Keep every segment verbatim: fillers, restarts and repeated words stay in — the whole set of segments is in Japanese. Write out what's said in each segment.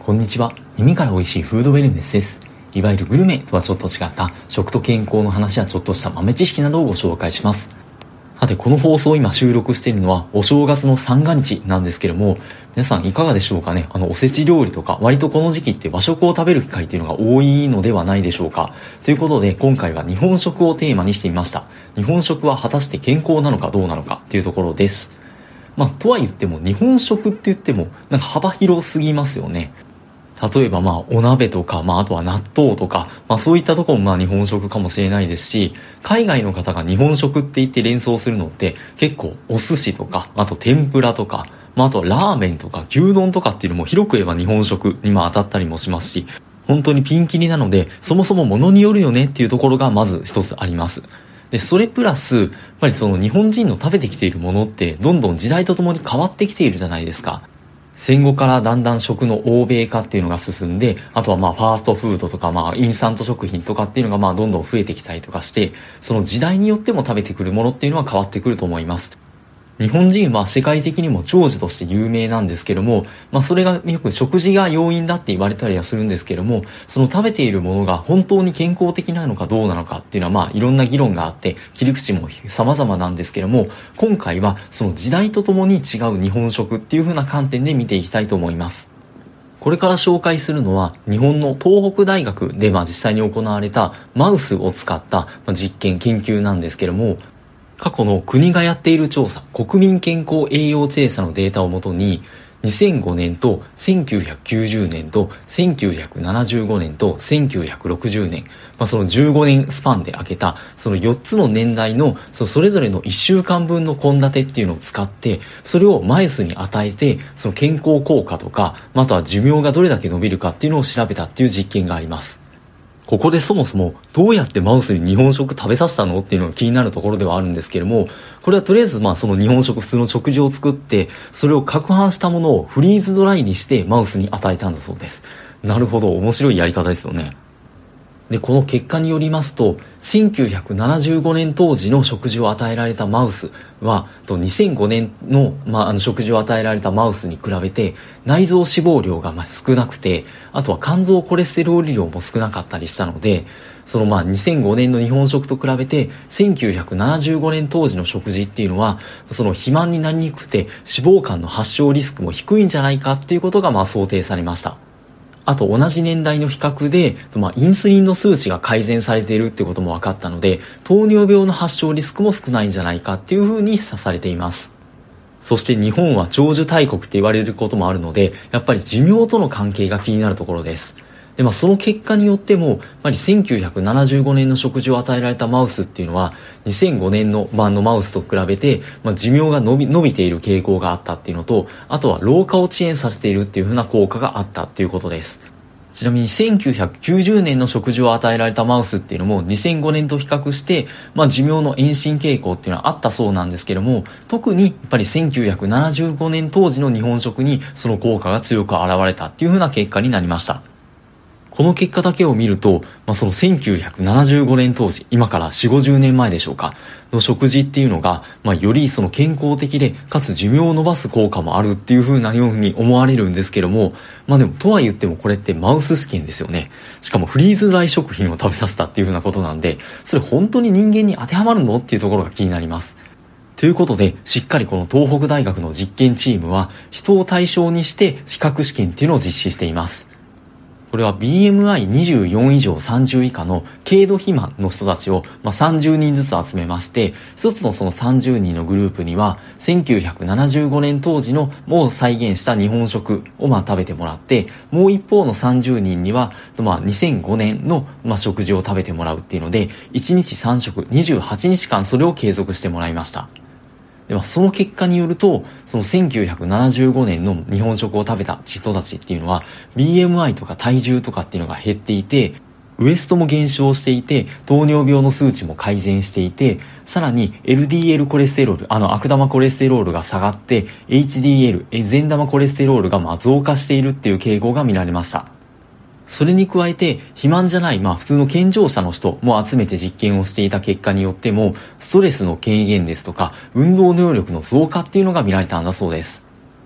こんにちは。耳から美味しいフードウェルネスです。いわゆるグルメとはちょっと違った食と健康の話やちょっとした豆知識などをご紹介します。さて、この放送を今収録しているのはお正月の三が日なんですけども、皆さんいかがでしょうかね。あのおせち料理とか割とこの時期って和食を食べる機会っていうのが多いのではないでしょうか。ということで今回は日本食をテーマにしてみました。日本食は果たして健康なのかどうなのかっていうところです。まあとは言っても日本食って言ってもなんか幅広すぎますよね。例えばまあお鍋とか、まああとは納豆とか、まあそういったところもまあ日本食かもしれないですし、海外の方が日本食って言って連想するのって結構お寿司とか、あと天ぷらとか、まああとはラーメンとか牛丼とかっていうのも広く言えば日本食にまあ当たったりもしますし、本当にピンキリなので、そもそも物によるよねっていうところがまず一つあります。で、それプラス、やっぱりその日本人の食べてきているものってどんどん時代とともに変わってきているじゃないですか。戦後からだんだん食の欧米化っていうのが進んで、あとはまあファーストフードとかまあインスタント食品とかっていうのがまあどんどん増えてきたりとかして、その時代によっても食べてくるものっていうのは変わってくると思います。日本人は世界的にも長寿として有名なんですけども、まあそれがよく食事が要因だって言われたりはするんですけども、その食べているものが本当に健康的なのかどうなのかっていうのはまあいろんな議論があって切り口も様々なんですけども、今回はその時代とともに違う日本食っていう風な観点で見ていきたいと思います。これから紹介するのは日本の東北大学でまあ実際に行われたマウスを使った実験研究なんですけども、過去の国がやっている調査、国民健康栄養調査のデータをもとに、にせんごねんとせんきゅうひゃくきゅうじゅうねんとせんきゅうひゃくななじゅうごねんとせんきゅうひゃくろくじゅうねん、まあ、そのじゅうごねんスパンで開けたそのよっつの年代のそれぞれのいっしゅうかんぶんの献立っていうのを使って、それをマイスに与えて、その健康効果とか、または寿命がどれだけ伸びるかっていうのを調べたっていう実験があります。ここでそもそもどうやってマウスに日本食食べさせたのっていうのが気になるところではあるんですけれども、これはとりあえずまあその日本食、普通の食事を作って、それを攪拌したものをフリーズドライにしてマウスに与えたんだそうです。なるほど、面白いやり方ですよね。で、この結果によりますと、せんきゅうひゃくななじゅうごねん当時の食事を与えられたマウスは、にせんごねんの、まあ、あの食事を与えられたマウスに比べて、内臓脂肪量がまあ少なくて、あとは肝臓コレステロール量も少なかったりしたので、そのまあにせんごねんの日本食と比べて、せんきゅうひゃくななじゅうごねん当時の食事っていうのは、その肥満になりにくくて、脂肪肝の発症リスクも低いんじゃないかっていうことがまあ想定されました。あと同じ年代の比較で、まあ、インスリンの数値が改善されているってことも分かったので、糖尿病の発症リスクも少ないんじゃないかっていうふうに指されています。そして日本は長寿大国って言われることもあるので、やっぱり寿命との関係が気になるところです。で、まあ、その結果によっても、やっぱりせんきゅうひゃくななじゅうごねんの食事を与えられたマウスっていうのは、にせんごねんの版のマウスと比べて、まあ、寿命が伸び、伸びている傾向があったっていうのと、あとは老化を遅延させているっていう風な効果があったっていうことです。ちなみにせんきゅうひゃくきゅうじゅうねんの食事を与えられたマウスっていうのもにせんごねんと比較して、まあ寿命の延伸傾向っていうのはあったそうなんですけども、特にやっぱりせんきゅうひゃくななじゅうごねん当時の日本食にその効果が強く現れたっていう風な結果になりました。この結果だけを見ると、まあ、そのせんきゅうひゃくななじゅうごねん当時、今からよんじゅうごじゅうねんまえでしょうか、の食事っていうのが、まあ、よりその健康的で、かつ寿命を伸ばす効果もあるっていう風なように思われるんですけども、まあでも、とは言ってもこれってマウス試験ですよね。しかもフリーズドライ食品を食べさせたっていう風なことなんで、それ本当に人間に当てはまるのっていうところが気になります。ということで、しっかりこの東北大学の実験チームは、人を対象にして比較試験っていうのを実施しています。これは ビーエムアイにじゅうよん 以上さんじゅう以下の軽度肥満の人たちを、まあ、さんじゅうにんずつ集めまして、一つのそのさんじゅうにんのグループにはせんきゅうひゃくななじゅうごねん当時のもう再現した日本食をまあ食べてもらって、もう一方のさんじゅうにんにはまあにせんごねんのまあ食事を食べてもらうっていうので、いちにちさん食にじゅうはちにちかんそれを継続してもらいました。ではその結果によると、そのせんきゅうひゃくななじゅうごねんの日本食を食べた人たちっていうのは ビーエムアイ とか体重とかっていうのが減っていて、ウエストも減少していて、糖尿病の数値も改善していて、さらに エルディーエル コレステロール、あの悪玉コレステロールが下がって エイチディーエル、善玉コレステロールがまあ増加しているっていう傾向が見られました。それに加えて肥満じゃない、まあ普通の健常者の人も集めて実験をしていた結果によっても、ストレスの軽減ですとか運動能力の増加っていうのが見られたんだそうです。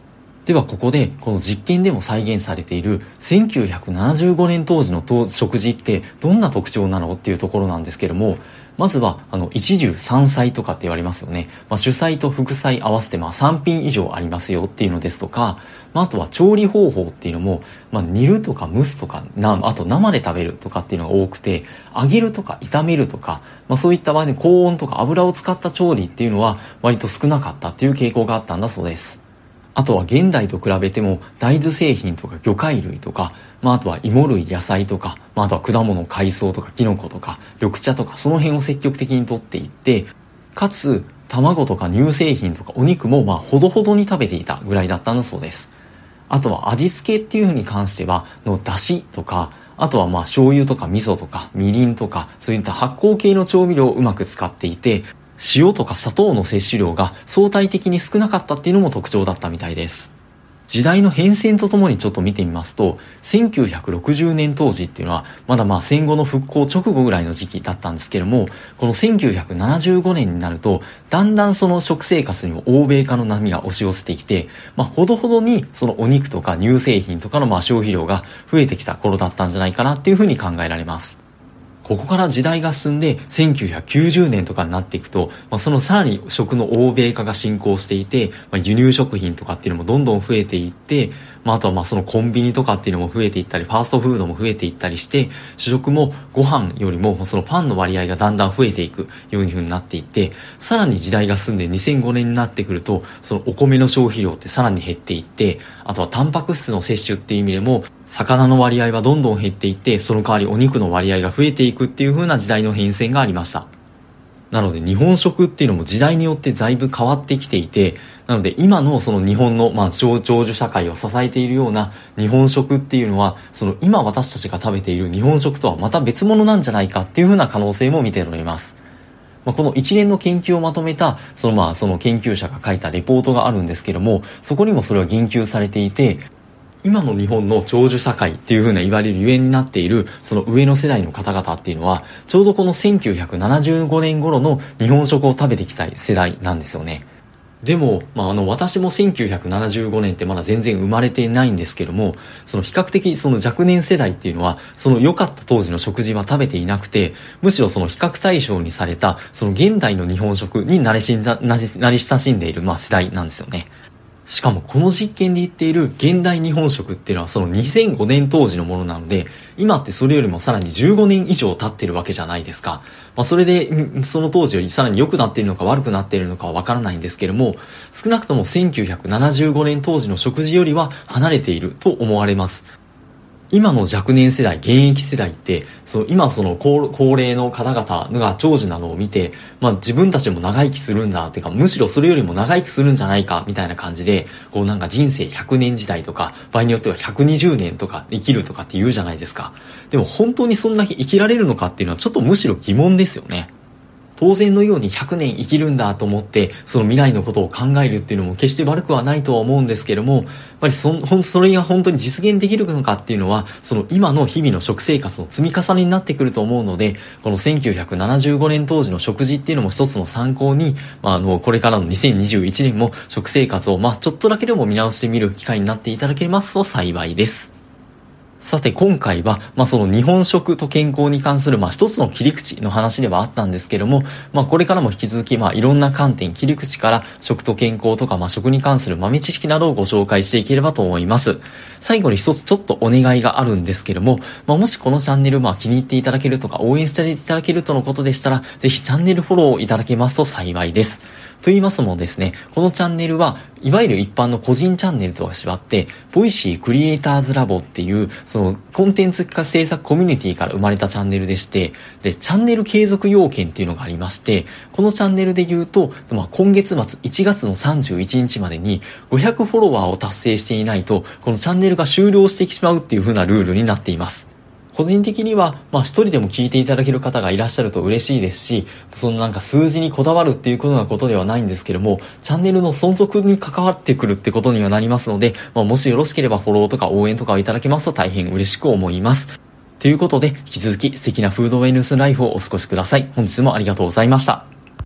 ではここでこの実験でも再現されているせんきゅうひゃくななじゅうごねん当時の食事ってどんな特徴なのっていうところなんですけども、まずはあの一汁三菜とかって言われますよね。まあ、主菜と副菜合わせてまあさん品以上ありますよっていうのですとか、まあ、あとは調理方法っていうのも、まあ、煮るとか蒸すとかなあと生で食べるとかっていうのが多くて、揚げるとか炒めるとか、まあ、そういった場合で高温とか油を使った調理っていうのは割と少なかったっていう傾向があったんだそうです。あとは現代と比べても大豆製品とか魚介類とか、まあ、あとは芋類野菜とか、まあ、あとは果物海藻とかキノコとか緑茶とか、その辺を積極的にとっていって、かつ卵とか乳製品とかお肉もまあほどほどに食べていたぐらいだったんだそうです。あとは味付けっていう風に関してはの出汁とか、あとはまあ醤油とか味噌とかみりんとか、そういった発酵系の調味料をうまく使っていて、塩とか砂糖の摂取量が相対的に少なかったっていうのも特徴だったみたいです。時代の変遷とともにちょっと見てみますと、せんきゅうひゃくろくじゅうねん当時っていうのはまだまあ戦後の復興直後ぐらいの時期だったんですけども、このせんきゅうひゃくななじゅうごねんになるとだんだんその食生活にも欧米化の波が押し寄せてきて、まあ、ほどほどにそのお肉とか乳製品とかのまあ消費量が増えてきた頃だったんじゃないかなっていうふうに考えられます。ここから時代が進んでせんきゅうひゃくきゅうじゅうねんとかになっていくと、まあ、そのさらに食の欧米化が進行していて、まあ、輸入食品とかっていうのもどんどん増えていって、まあ、あとはまあそのコンビニとかっていうのも増えていったり、ファーストフードも増えていったりして、主食もご飯よりもそのパンの割合がだんだん増えていくようになっていって、さらに時代が進んでにせんごねんになってくると、そのお米の消費量ってさらに減っていって、あとはタンパク質の摂取っていう意味でも魚の割合はどんどん減っていって、その代わりお肉の割合が増えていくっていう風な時代の変遷がありました。なので日本食っていうのも時代によってだいぶ変わってきていて、なので今のその日本のまあ長寿社会を支えているような日本食っていうのは、その今私たちが食べている日本食とはまた別物なんじゃないかっていう風な可能性も見ております。まあ、この一連の研究をまとめたそのまあその研究者が書いたレポートがあるんですけども、そこにもそれは言及されていて、今の日本の長寿社会っていう風な言われるゆえんになっているその上の世代の方々っていうのは、ちょうどこのせんきゅうひゃくななじゅうごねん頃の日本食を食べてきた世代なんですよね。でも、まあ、あの私もせんきゅうひゃくななじゅうごねんってまだ全然生まれていないんですけども、その比較的その若年世代っていうのはその良かった当時の食事は食べていなくて、むしろその比較対象にされたその現代の日本食に慣れしんだ慣れ親しんでいるまあ世代なんですよね。しかもこの実験で言っている現代日本食っていうのはそのにせんごねん当時のものなので、今ってそれよりもさらにじゅうごねん以上経ってるわけじゃないですか。まあ、それでその当時よりさらに良くなっているのか悪くなっているのかはわからないんですけれども、少なくともせんきゅうひゃくななじゅうごねん当時の食事よりは離れていると思われます。今の若年世代、現役世代って、その今その 高, 高齢の方々が長寿なのを見て、まあ自分たちも長生きするんだっていうか、むしろそれよりも長生きするんじゃないかみたいな感じで、こうなんか人生ひゃくねん時代とか、場合によってはひゃくにじゅうねんとか生きるとかって言うじゃないですか。でも本当にそんだけ生きられるのかっていうのはちょっとむしろ疑問ですよね。当然のようにひゃくねん生きるんだと思ってその未来のことを考えるっていうのも決して悪くはないとは思うんですけども、やっぱり そ, それが本当に実現できるのかっていうのはその今の日々の食生活の積み重ねになってくると思うので、このせんきゅうひゃくななじゅうごねん当時の食事っていうのも一つの参考に、まあ、あのこれからのにせんにじゅういちねんも食生活をまあちょっとだけでも見直してみる機会になっていただけますと幸いです。さて今回は、まあ、その日本食と健康に関する、まあ、一つの切り口の話ではあったんですけども、まあ、これからも引き続き、まあ、いろんな観点、切り口から食と健康とか、まあ、食に関する豆知識などをご紹介していければと思います。最後に一つちょっとお願いがあるんですけども、まあ、もしこのチャンネル、まあ、気に入っていただけるとか、応援していただけるとのことでしたら、ぜひチャンネルフォローいただけますと幸いです。と言いますのもですね、このチャンネルはいわゆる一般の個人チャンネルとは違って、ボイシークリエイターズラボっていうそのコンテンツ化制作コミュニティから生まれたチャンネルでして、でチャンネル継続要件っていうのがありまして、このチャンネルで言うと、まあ、今月末いちがつのさんじゅういちにちまでにごひゃくフォロワーを達成していないとこのチャンネルが終了してしまうっていう風なルールになっています。個人的には、まあ一人でも聞いていただける方がいらっしゃると嬉しいですし、そのなんか数字にこだわるっていうことなことではないんですけども、チャンネルの存続に関わってくるってことにはなりますので、まあ、もしよろしければフォローとか応援とかをいただけますと大変嬉しく思います。ということで、引き続き素敵なフードウェルネスライフをお過ごしください。本日もありがとうございました。